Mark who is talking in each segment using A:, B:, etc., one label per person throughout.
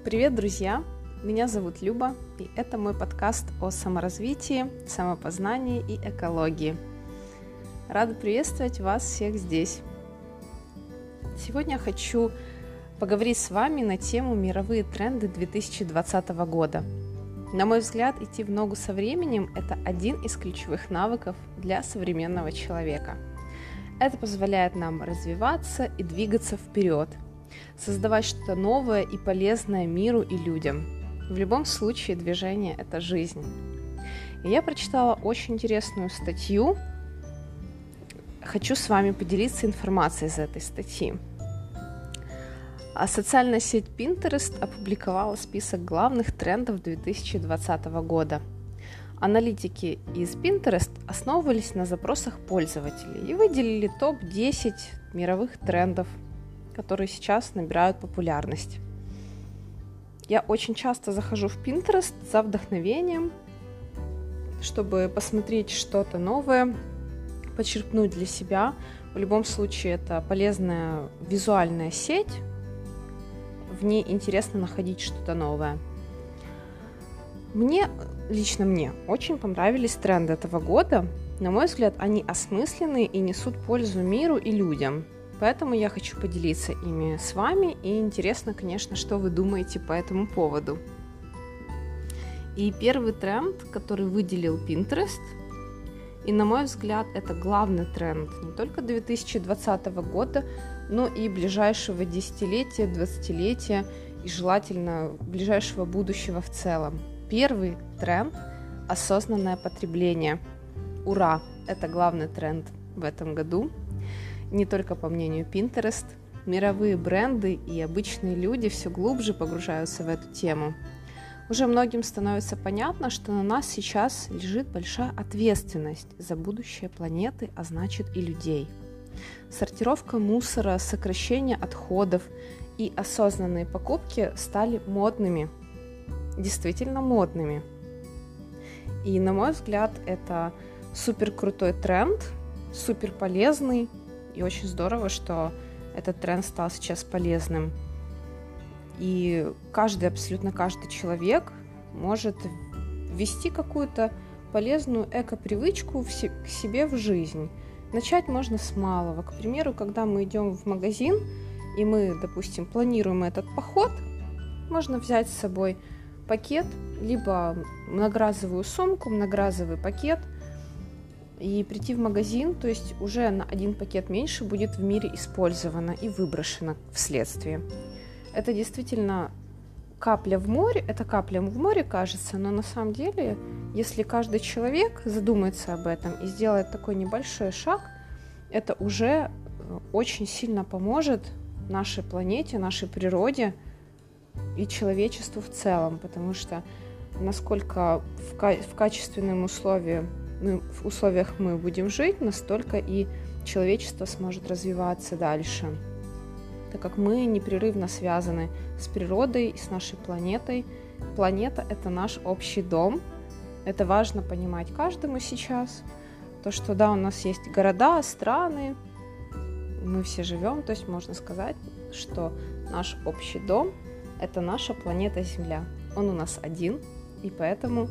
A: Привет, друзья! Меня зовут Люба, и это мой подкаст о саморазвитии, самопознании и экологии. Рада приветствовать вас всех здесь. Сегодня я хочу поговорить с вами на тему мировые тренды 2020 года. На мой взгляд, идти в ногу со временем – это один из ключевых навыков для современного человека. Это позволяет нам развиваться и двигаться вперед, создавать что-то новое и полезное миру и людям. В любом случае, движение – это жизнь. И я прочитала очень интересную статью. Хочу с вами поделиться информацией из этой статьи. Социальная сеть Pinterest опубликовала список главных трендов 2020 года. Аналитики из Pinterest основывались на запросах пользователей и выделили топ-10 мировых трендов, которые сейчас набирают популярность. Я очень часто захожу в Pinterest за вдохновением, чтобы посмотреть что-то новое, почерпнуть для себя. В любом случае, это полезная визуальная сеть, в ней интересно находить что-то новое. Лично мне очень понравились тренды этого года. На мой взгляд, они осмысленные и несут пользу миру и людям. Поэтому я хочу поделиться ими с вами, и интересно, конечно, что вы думаете по этому поводу. И первый тренд, который выделил Pinterest, и на мой взгляд, это главный тренд не только 2020 года, но и ближайшего десятилетия, 20-летия и желательно ближайшего будущего в целом. Первый тренд – осознанное потребление. Ура! Это главный тренд в этом году. Не только по мнению Pinterest, мировые бренды и обычные люди все глубже погружаются в эту тему. Уже многим становится понятно, что на нас сейчас лежит большая ответственность за будущее планеты, а значит и людей. Сортировка мусора, сокращение отходов и осознанные покупки стали модными, действительно модными. И, на мой взгляд, это супер крутой тренд, супер полезный. И очень здорово, что этот тренд стал сейчас полезным. И абсолютно каждый человек может ввести какую-то полезную эко-привычку к себе в жизнь. Начать можно с малого. К примеру, когда мы идем в магазин, и мы, допустим, планируем этот поход, можно взять с собой пакет, либо многоразовую сумку, многоразовый пакет, и прийти в магазин, то есть уже на один пакет меньше будет в мире использовано и выброшено вследствие. Это действительно капля в море, это капля в море кажется, но на самом деле, если каждый человек задумается об этом и сделает такой небольшой шаг, это уже очень сильно поможет нашей планете, нашей природе и человечеству в целом, потому что насколько в качественном условиях мы будем жить, настолько и человечество сможет развиваться дальше, так как мы непрерывно связаны с природой и с нашей планетой. Планета – это наш общий дом. Это важно понимать каждому сейчас. То, что да, у нас есть города, страны, мы все живем, то есть можно сказать, что наш общий дом – это наша планета Земля. Он у нас один, и поэтому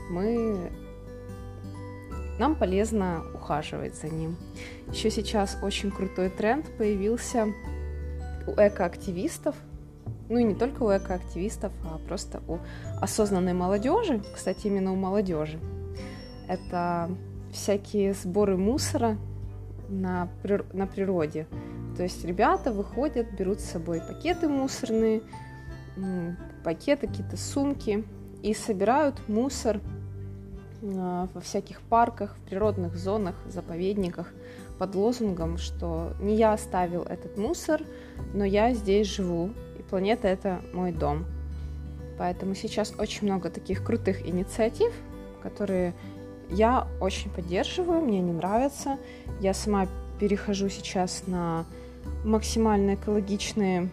A: нам полезно ухаживать за ним. Еще сейчас очень крутой тренд появился у экоактивистов, ну и не только у экоактивистов, а просто у осознанной молодежи, кстати, именно у молодежи. Это всякие сборы мусора на природе. То есть ребята выходят, берут с собой пакеты мусорные, какие-то сумки и собирают мусор во всяких парках, в природных зонах, заповедниках под лозунгом, что не я оставил этот мусор, но я здесь живу, и планета – это мой дом. Поэтому сейчас очень много таких крутых инициатив, которые я очень поддерживаю, мне они нравятся. Я сама перехожу сейчас на максимально экологичные,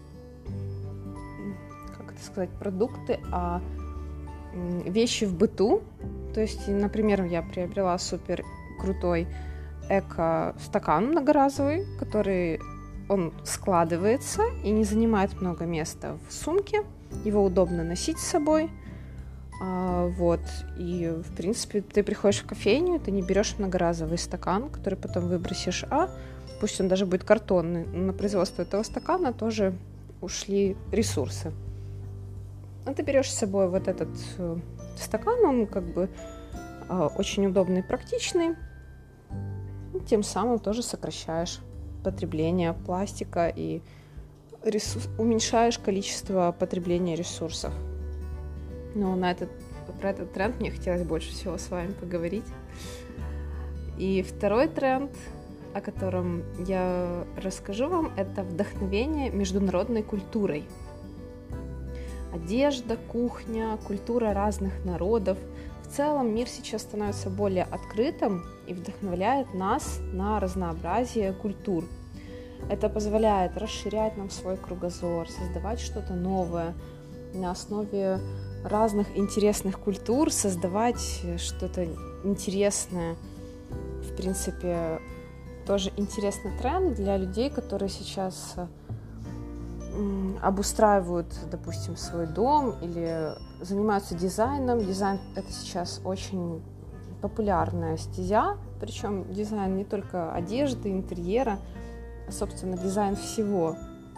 A: продукты, вещи в быту. То есть, например, я приобрела супер крутой эко-стакан многоразовый, он складывается и не занимает много места в сумке. его удобно носить с собой. Вот, и, в принципе, ты приходишь в кофейню, ты не берешь многоразовый стакан, который потом выбросишь, пусть он даже будет картонный, на производство этого стакана тоже ушли ресурсы. А ты берешь с собой вот этот стакан, он как бы очень удобный и практичный, и тем самым тоже сокращаешь потребление пластика и уменьшаешь количество потребления ресурсов. Но про этот тренд мне хотелось больше всего с вами поговорить. И второй тренд, о котором я расскажу вам, это вдохновение международной культурой. Одежда, кухня, культура разных народов. В целом мир сейчас становится более открытым и вдохновляет нас на разнообразие культур. Это позволяет расширять нам свой кругозор, создавать что-то новое на основе разных интересных культур, создавать что-то интересное. В принципе, тоже интересный тренд для людей, которые сейчас обустраивают, допустим, свой дом или занимаются дизайном. Дизайн — это сейчас очень популярная стезя, причем дизайн не только одежды, интерьера, а, собственно, дизайн всего.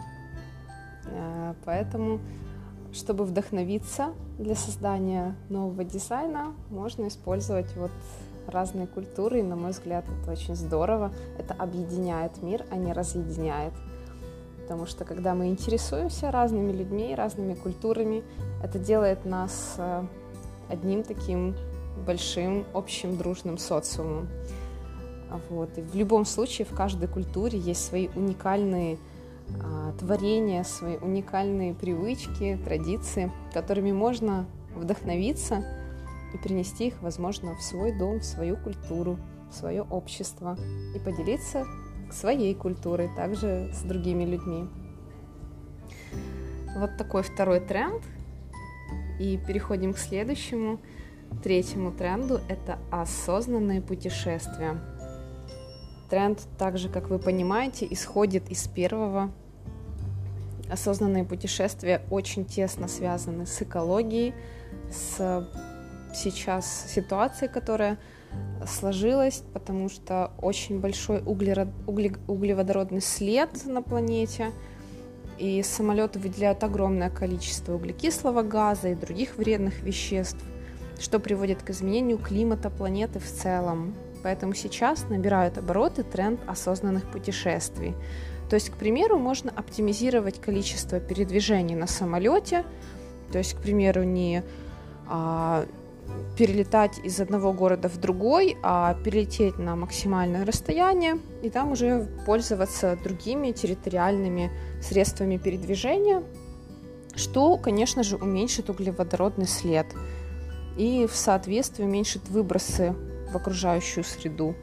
A: Поэтому, чтобы вдохновиться для создания нового дизайна, можно использовать вот разные культуры, и, на мой взгляд, это очень здорово. Это объединяет мир, а не разъединяет. Потому что, когда мы интересуемся разными людьми, разными культурами, это делает нас одним таким большим, общим, дружным социумом. Вот. И в любом случае, в каждой культуре есть свои уникальные творения, свои уникальные привычки, традиции, которыми можно вдохновиться и принести их, возможно, в свой дом, в свою культуру, в свое общество и поделиться своей культурой также с другими людьми. Вот такой второй тренд. И переходим к следующему, третьему тренду. Это осознанные путешествия. Тренд, так же, как вы понимаете, исходит из первого. Осознанные путешествия очень тесно связаны с экологией, с сейчас ситуацией, которая сложилась, потому что очень большой углеводородный след на планете, и самолеты выделяют огромное количество углекислого газа и других вредных веществ, что приводит к изменению климата планеты в целом. Поэтому сейчас набирают обороты тренд осознанных путешествий. То есть, к примеру, можно оптимизировать количество передвижений на самолете, то есть, к примеру, не перелетать из одного города в другой, а перелететь на максимальное расстояние и там уже пользоваться другими территориальными средствами передвижения, что, конечно же, уменьшит углеводородный след и в соответствии уменьшит выбросы в окружающую среду.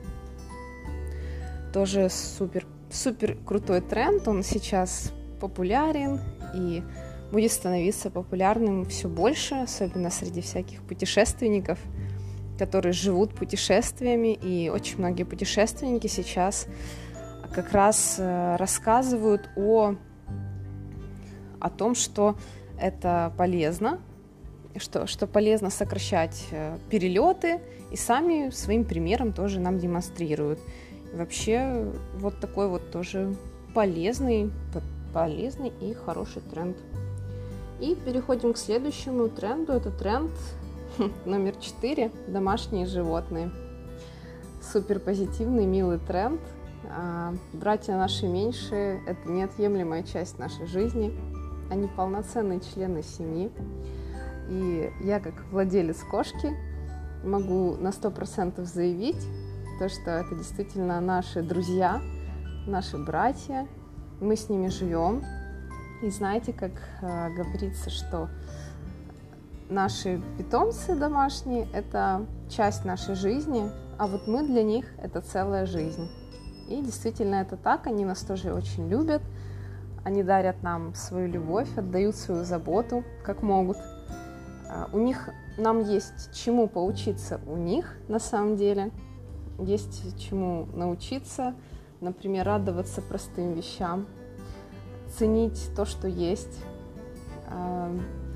A: Тоже супер крутой тренд, он сейчас популярен и будет становиться популярным все больше, особенно среди всяких путешественников, которые живут путешествиями, и очень многие путешественники сейчас как раз рассказывают о том, что это полезно, что полезно сокращать перелеты, и сами своим примером тоже нам демонстрируют. И вообще вот такой вот тоже полезный и хороший тренд. И переходим к следующему тренду. Это тренд номер 4 – домашние животные. Супер позитивный, милый тренд. Братья наши меньшие – это неотъемлемая часть нашей жизни. Они полноценные члены семьи. И я, как владелец кошки, могу на 100% заявить, что это действительно наши друзья, наши братья. Мы с ними живем. И знаете, как говорится, что наши питомцы домашние – это часть нашей жизни, а вот мы для них – это целая жизнь. И действительно это так, они нас тоже очень любят, они дарят нам свою любовь, отдают свою заботу, как могут. Нам есть чему поучиться у них на самом деле, есть чему научиться, например, радоваться простым вещам, ценить то, что есть,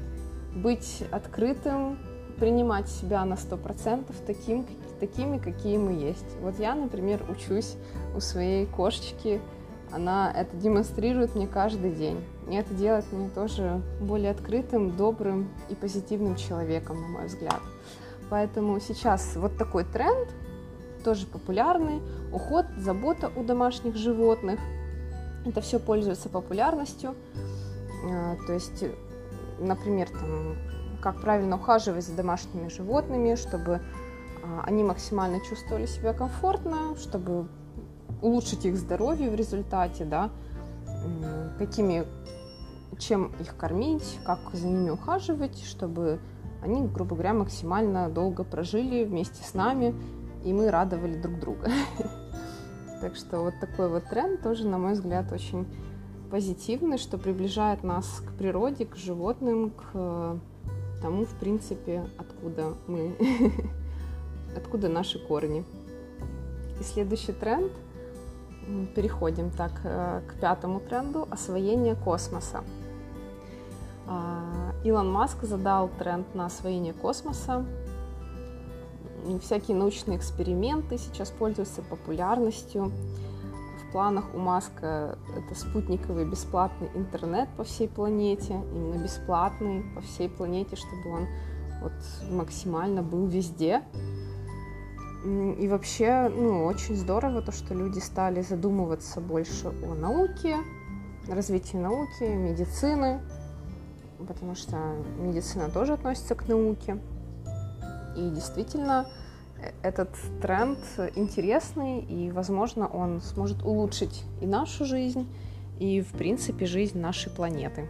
A: быть открытым, принимать себя на 100% такими, какие мы есть. Вот я, например, учусь у своей кошечки, она это демонстрирует мне каждый день. И это делает меня тоже более открытым, добрым и позитивным человеком, на мой взгляд. Поэтому сейчас вот такой тренд, тоже популярный, уход, забота о домашних животных. Это все пользуется популярностью. То есть, например, как правильно ухаживать за домашними животными, чтобы они максимально чувствовали себя комфортно, чтобы улучшить их здоровье в результате, да, чем их кормить, как за ними ухаживать, чтобы они, грубо говоря, максимально долго прожили вместе с нами, и мы радовали друг друга. Так что вот такой вот тренд тоже, на мой взгляд, очень позитивный, что приближает нас к природе, к животным, к тому, в принципе, откуда мы, откуда наши корни. И следующий тренд, переходим так к пятому тренду, освоение космоса. Илон Маск задал тренд на освоение космоса. И всякие научные эксперименты сейчас пользуются популярностью. В планах у Маска это спутниковый бесплатный интернет по всей планете, именно бесплатный по всей планете, чтобы он вот максимально был везде. И вообще, очень здорово то, что люди стали задумываться больше о науке, развитии науки, медицины, потому что медицина тоже относится к науке. И действительно, этот тренд интересный, и, возможно, он сможет улучшить и нашу жизнь, и, в принципе, жизнь нашей планеты.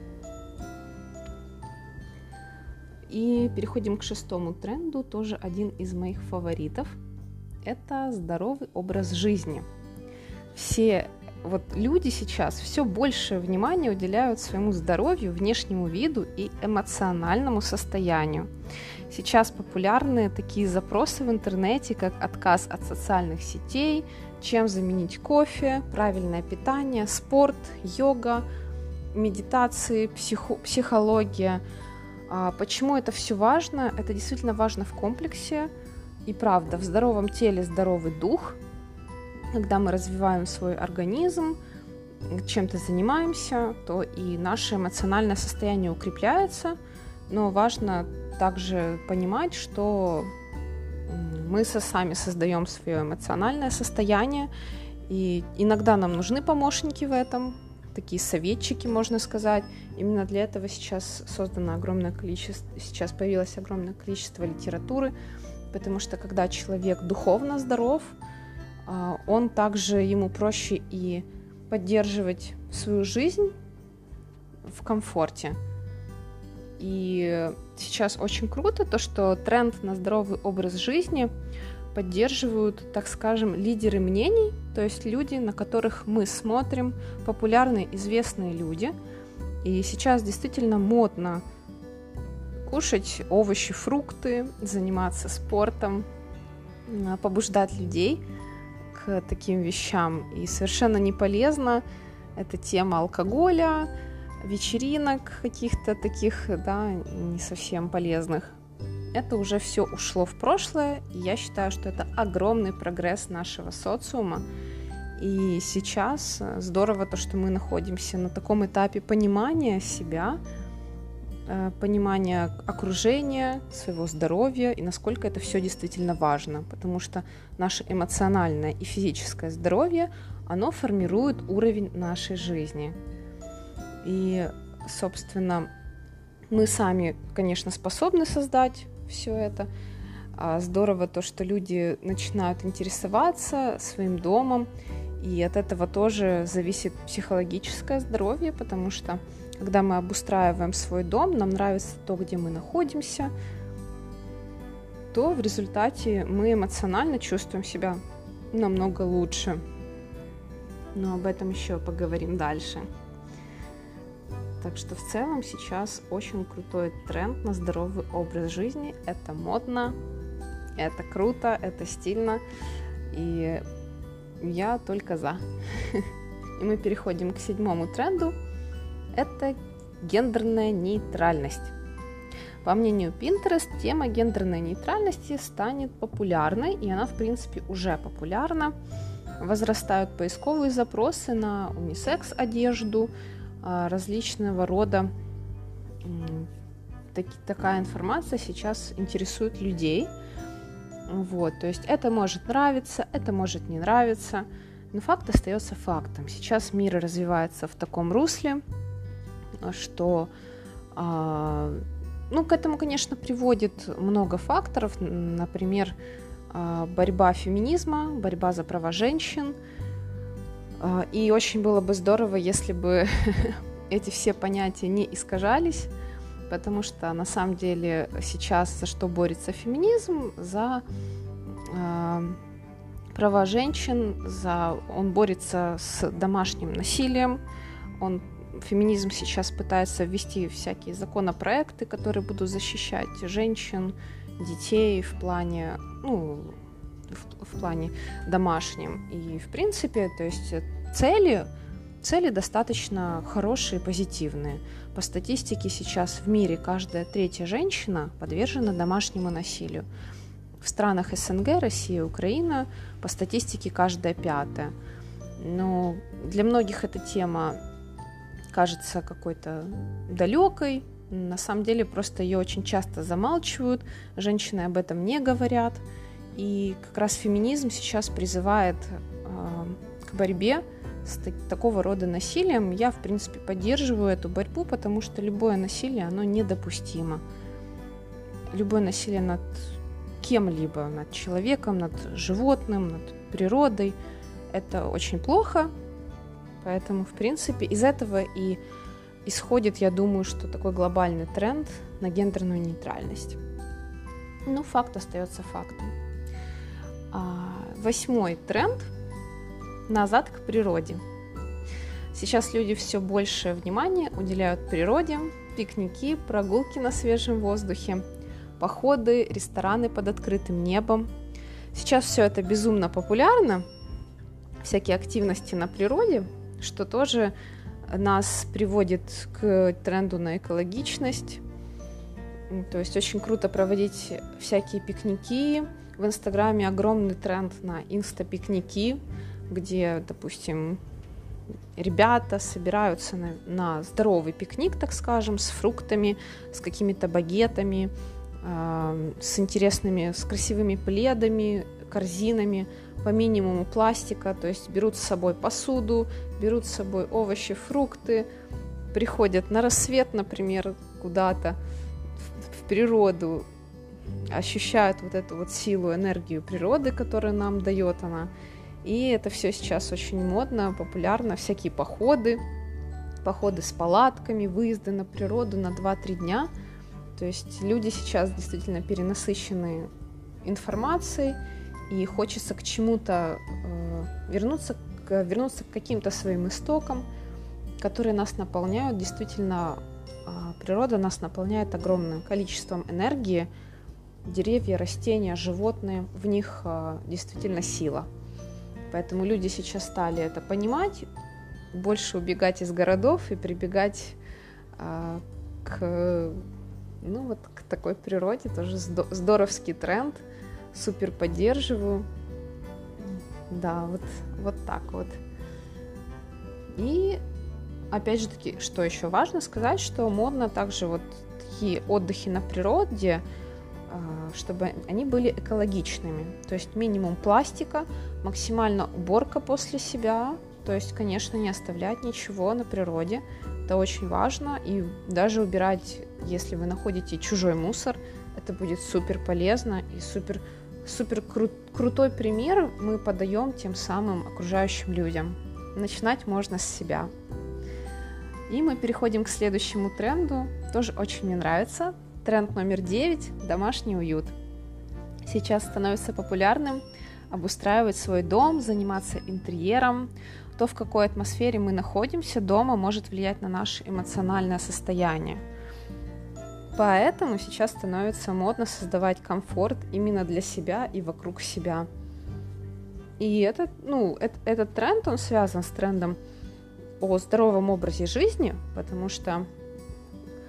A: И переходим к шестому тренду, тоже один из моих фаворитов. Это здоровый образ жизни. Все люди сейчас все больше внимания уделяют своему здоровью, внешнему виду и эмоциональному состоянию. Сейчас популярны такие запросы в интернете, как отказ от социальных сетей, чем заменить кофе, правильное питание, спорт, йога, медитации, психология. Почему это все важно? Это действительно важно в комплексе. И правда, в здоровом теле здоровый дух. Когда мы развиваем свой организм, чем-то занимаемся, то и наше эмоциональное состояние укрепляется. Но важно также понимать, что мы сами создаем свое эмоциональное состояние. И иногда нам нужны помощники в этом, такие советчики, можно сказать. Именно для этого сейчас появилось огромное количество литературы, потому что когда человек духовно здоров, он также, ему проще и поддерживать свою жизнь в комфорте. И сейчас очень круто то, что тренд на здоровый образ жизни поддерживают, так скажем, лидеры мнений, то есть люди, на которых мы смотрим, популярные, известные люди. И сейчас действительно модно кушать овощи, фрукты, заниматься спортом, побуждать людей к таким вещам. И совершенно не полезна эта тема алкоголя, вечеринок каких-то таких, не совсем полезных. Это уже все ушло в прошлое, и я считаю, что это огромный прогресс нашего социума. И сейчас здорово то, что мы находимся на таком этапе понимания себя, понимания окружения, своего здоровья, и насколько это все действительно важно, потому что наше эмоциональное и физическое здоровье, оно формирует уровень нашей жизни. И, собственно, мы сами, конечно, способны создать все это. Здорово то, что люди начинают интересоваться своим домом, и от этого тоже зависит психологическое здоровье, потому что когда мы обустраиваем свой дом, нам нравится то, где мы находимся, то в результате мы эмоционально чувствуем себя намного лучше. Но об этом еще поговорим дальше. Так что в целом сейчас очень крутой тренд на здоровый образ жизни. Это модно, это круто, это стильно. И я только за. И мы переходим к седьмому тренду. Это гендерная нейтральность. По мнению Pinterest, тема гендерной нейтральности станет популярной, и она, в принципе, уже популярна. Возрастают поисковые запросы на унисекс-одежду, различного рода. Такая информация сейчас интересует людей. Вот, то есть это может нравиться, это может не нравиться, но факт остается фактом. Сейчас мир развивается в таком русле, что к этому, конечно, приводит много факторов, например, борьба феминизма, борьба за права женщин. И очень было бы здорово, если бы эти все понятия не искажались, потому что на самом деле сейчас за что борется феминизм? За права женщин, он борется с домашним насилием, феминизм сейчас пытается ввести всякие законопроекты, которые будут защищать женщин, детей в плане домашнем. И в принципе, то есть цели достаточно хорошие, позитивные. По статистике сейчас в мире каждая третья женщина подвержена домашнему насилию. В странах СНГ, Россия, Украина, по статистике каждая пятая. Но для многих эта тема кажется какой-то далекой. На самом деле просто ее очень часто замалчивают, женщины об этом не говорят. И как раз феминизм сейчас призывает к борьбе с такого рода насилием. Я, в принципе, поддерживаю эту борьбу, потому что любое насилие, оно недопустимо. Любое насилие над кем-либо, над человеком, над животным, над природой, это очень плохо. Поэтому, в принципе, из этого и исходит, я думаю, что такой глобальный тренд на гендерную нейтральность. Но факт остается фактом. 8-й тренд – назад к природе. Сейчас люди все больше внимания уделяют природе, пикники, прогулки на свежем воздухе, походы, рестораны под открытым небом. Сейчас все это безумно популярно, всякие активности на природе, что тоже нас приводит к тренду на экологичность. То есть очень круто проводить всякие пикники. В Инстаграме огромный тренд на инста-пикники, где, допустим, ребята собираются на здоровый пикник, так скажем, с фруктами, с какими-то багетами, с красивыми пледами, корзинами, по минимуму пластика, то есть берут с собой посуду, берут с собой овощи, фрукты, приходят на рассвет, например, куда-то в природу, ощущают вот эту вот силу, энергию природы, которую нам дает она. И это все сейчас очень модно, популярно, всякие походы с палатками, выезды на природу на 2-3 дня. То есть люди сейчас действительно перенасыщены информацией, и хочется к чему-то вернуться к каким-то своим истокам, которые нас наполняют. Действительно, природа нас наполняет огромным количеством энергии. Деревья, растения, животные, в них действительно сила. Поэтому люди сейчас стали это понимать, больше убегать из городов и прибегать к такой природе. Тоже здоровский тренд, супер поддерживаю. Да, вот так вот. И опять же таки, что еще важно сказать, что модно также вот такие отдыхи на природе, чтобы они были экологичными. То есть минимум пластика, максимально уборка после себя. То есть, конечно, не оставлять ничего на природе. Это очень важно. И даже убирать, если вы находите чужой мусор, это будет супер полезно и супер крутой пример мы подаем тем самым окружающим людям. Начинать можно с себя. И мы переходим к следующему тренду. Тоже очень мне нравится. Тренд номер 9 – домашний уют. Сейчас становится популярным обустраивать свой дом, заниматься интерьером. То, в какой атмосфере мы находимся дома, может влиять на наше эмоциональное состояние. Поэтому сейчас становится модно создавать комфорт именно для себя и вокруг себя. И этот тренд, он связан с трендом о здоровом образе жизни, потому что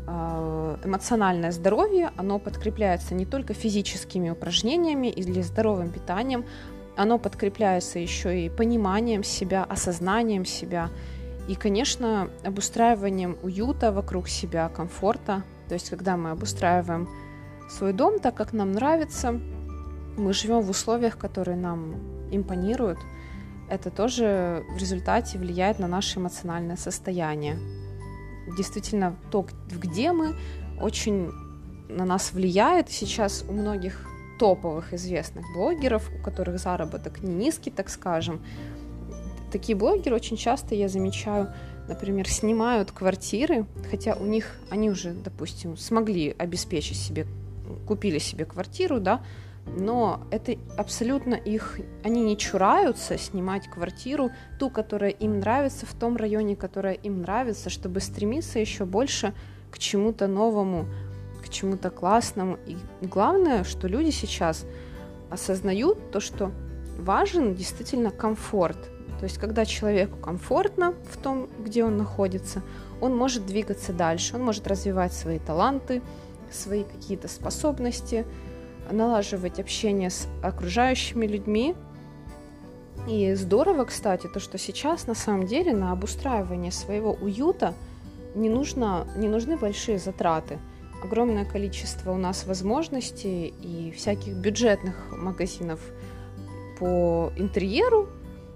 A: эмоциональное здоровье, оно подкрепляется не только физическими упражнениями или здоровым питанием, оно подкрепляется еще и пониманием себя, осознанием себя и, конечно, обустраиванием уюта вокруг себя, комфорта. То есть, когда мы обустраиваем свой дом так, как нам нравится, мы живем в условиях, которые нам импонируют, это тоже в результате влияет на наше эмоциональное состояние. Действительно, то, где мы, очень на нас влияет. Сейчас у многих топовых известных блогеров, у которых заработок не низкий, так скажем, такие блогеры очень часто, я замечаю, например, снимают квартиры, хотя у них, они уже, допустим, смогли обеспечить себе, купили себе квартиру, да, но это абсолютно их, они не чураются снимать квартиру, ту, которая им нравится, в том районе, которая им нравится, чтобы стремиться еще больше к чему-то новому, к чему-то классному. И главное, что люди сейчас осознают то, что важен действительно комфорт. То есть, когда человеку комфортно в том, где он находится, он может двигаться дальше, он может развивать свои таланты, свои какие-то способности, налаживать общение с окружающими людьми. И здорово, кстати, то, что сейчас на самом деле на обустраивание своего уюта не нужны большие затраты. Огромное количество у нас возможностей и всяких бюджетных магазинов по интерьеру.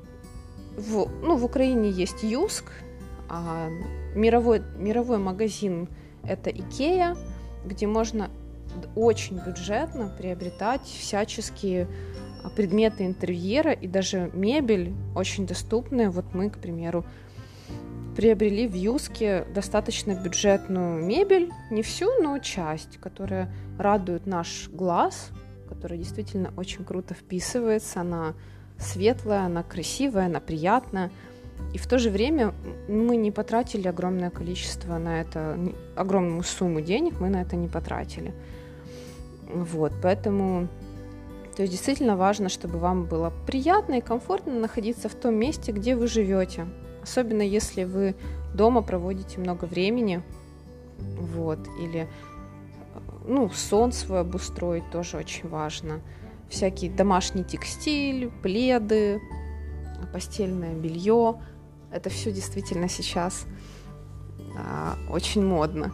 A: В Украине есть Юск, а мировой магазин – это Икея, где можно очень бюджетно приобретать всяческие предметы интерьера и даже мебель очень доступная. Вот мы, к примеру, приобрели в Юске достаточно бюджетную мебель, не всю, но часть, которая радует наш глаз, которая действительно очень круто вписывается, она светлая, она красивая, она приятная. И в то же время мы не потратили огромное количество на это, огромную сумму денег мы на это не потратили. Вот, поэтому, то есть действительно важно, чтобы вам было приятно и комфортно находиться в том месте, где вы живете. Особенно если вы дома проводите много времени, вот, или, сон свой обустроить тоже очень важно. Всякий домашний текстиль, пледы, постельное белье. Это все действительно сейчас очень модно.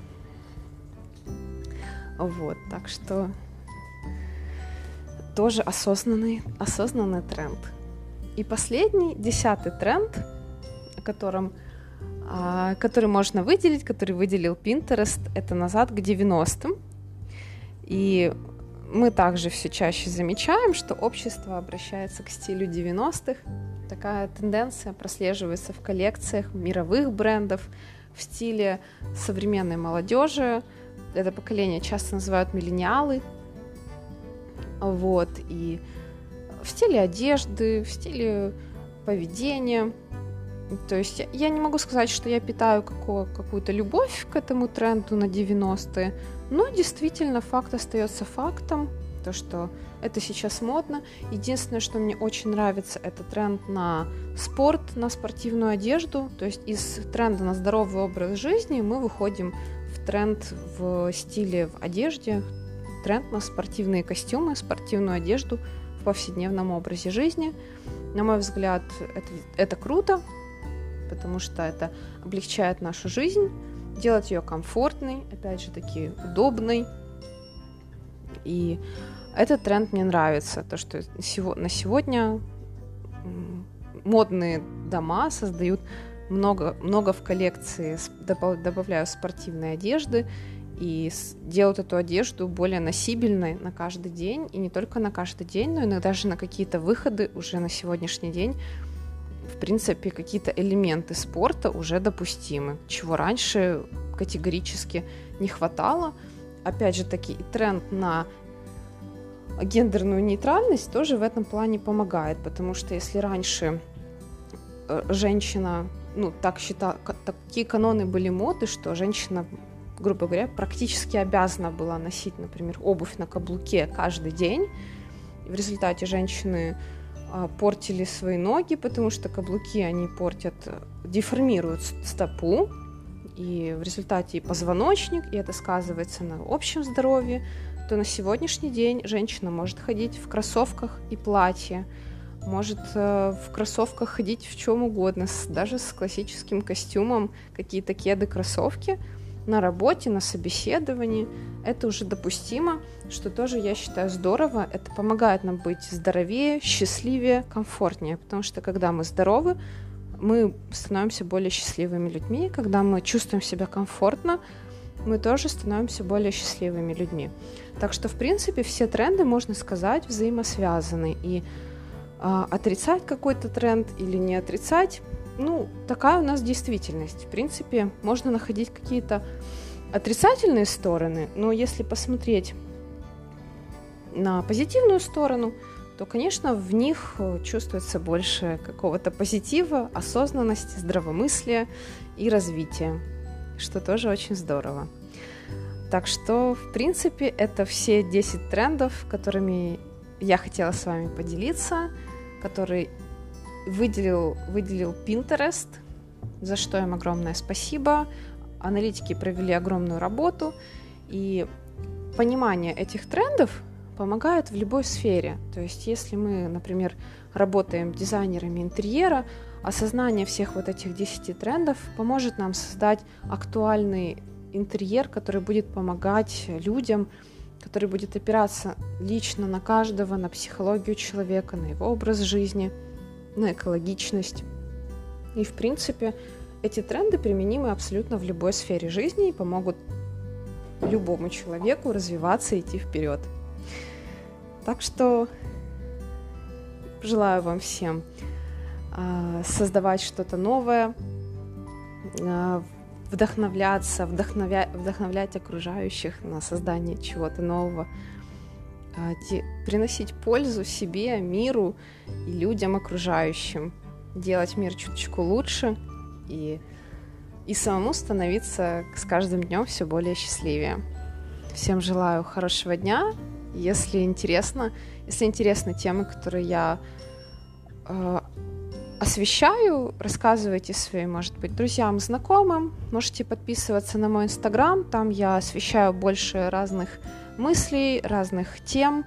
A: Вот, так что тоже осознанный тренд. И последний, 10-й тренд, который можно выделить, который выделил Pinterest, это назад к 90-м. И мы также все чаще замечаем, что общество обращается к стилю 90-х. Такая тенденция прослеживается в коллекциях мировых брендов, в стиле современной молодежи. Это поколение часто называют миллениалы. Вот, и в стиле одежды, в стиле поведения. То есть я не могу сказать, что я питаю какую-то любовь к этому тренду на 90-е, но действительно факт остается фактом, то, что это сейчас модно. Единственное, что мне очень нравится, это тренд на спорт, на спортивную одежду. То есть из тренда на здоровый образ жизни мы выходим в тренд в стиле в одежде, тренд на спортивные костюмы, спортивную одежду в повседневном образе жизни. На мой взгляд, это круто, потому что это облегчает нашу жизнь, делает ее комфортной, опять же таки удобной. И этот тренд мне нравится, то, что на сегодня модные дома создают много в коллекции, добавляют спортивной одежды и делают эту одежду более носибельной на каждый день, и не только на каждый день, но иногда даже на какие-то выходы уже на сегодняшний день. В принципе, какие-то элементы спорта уже допустимы, чего раньше категорически не хватало. Опять же таки, и тренд на гендерную нейтральность тоже в этом плане помогает, потому что если раньше женщина, такие каноны были моды, что женщина, грубо говоря, практически обязана была носить, например, обувь на каблуке каждый день. И в результате женщины портили свои ноги, потому что каблуки, они деформируют стопу, и в результате и позвоночник, и это сказывается на общем здоровье, то на сегодняшний день женщина может ходить в кроссовках и платье, может в кроссовках ходить в чем угодно, даже с классическим костюмом, какие-то кеды, кроссовки, на работе, на собеседовании. Это уже допустимо, что тоже, я считаю, здорово. Это помогает нам быть здоровее, счастливее, комфортнее, потому что когда мы здоровы, мы становимся более счастливыми людьми. Когда мы чувствуем себя комфортно, мы тоже становимся более счастливыми людьми. Так что, в принципе, все тренды, можно сказать, взаимосвязаны. И отрицать какой-то тренд или не отрицать, такая у нас действительность. В принципе, можно находить какие-то отрицательные стороны, но если посмотреть на позитивную сторону, то, конечно, в них чувствуется больше какого-то позитива, осознанности, здравомыслия и развития, что тоже очень здорово. Так что, в принципе, это все 10 трендов, которыми я хотела с вами поделиться, который выделил Pinterest, за что им огромное спасибо. Аналитики провели огромную работу, и понимание этих трендов помогает в любой сфере. То есть, если мы, например, работаем дизайнерами интерьера, осознание всех вот этих 10 трендов поможет нам создать актуальный интерьер, который будет помогать людям, который будет опираться лично на каждого, на психологию человека, на его образ жизни, на экологичность. И, в принципе, эти тренды применимы абсолютно в любой сфере жизни и помогут любому человеку развиваться и идти вперед. Так что желаю вам всем создавать что-то новое, вдохновляться, вдохновлять окружающих на создание чего-то нового, приносить пользу себе, миру и людям окружающим, делать мир чуточку лучше и самому становиться с каждым днем все более счастливее. Всем желаю хорошего дня. Если интересны темы, которые я освещаю, рассказывайте своим, может быть, друзьям, знакомым. Можете подписываться на мой Инстаграм, там я освещаю больше разных мыслей, разных тем.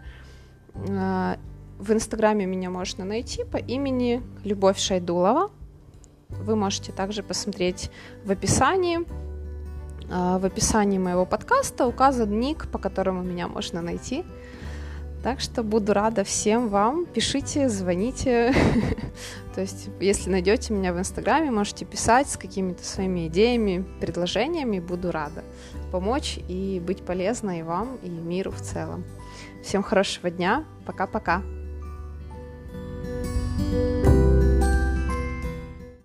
A: В Инстаграме меня можно найти по имени Любовь Шайдулова. Вы можете также посмотреть в описании. В описании моего подкаста указан ник, по которому меня можно найти. Так что буду рада всем вам. Пишите, звоните. То есть, если найдете меня в Инстаграме, можете писать с какими-то своими идеями, предложениями. Буду рада помочь и быть полезной и вам, и миру в целом. Всем хорошего дня. Пока-пока.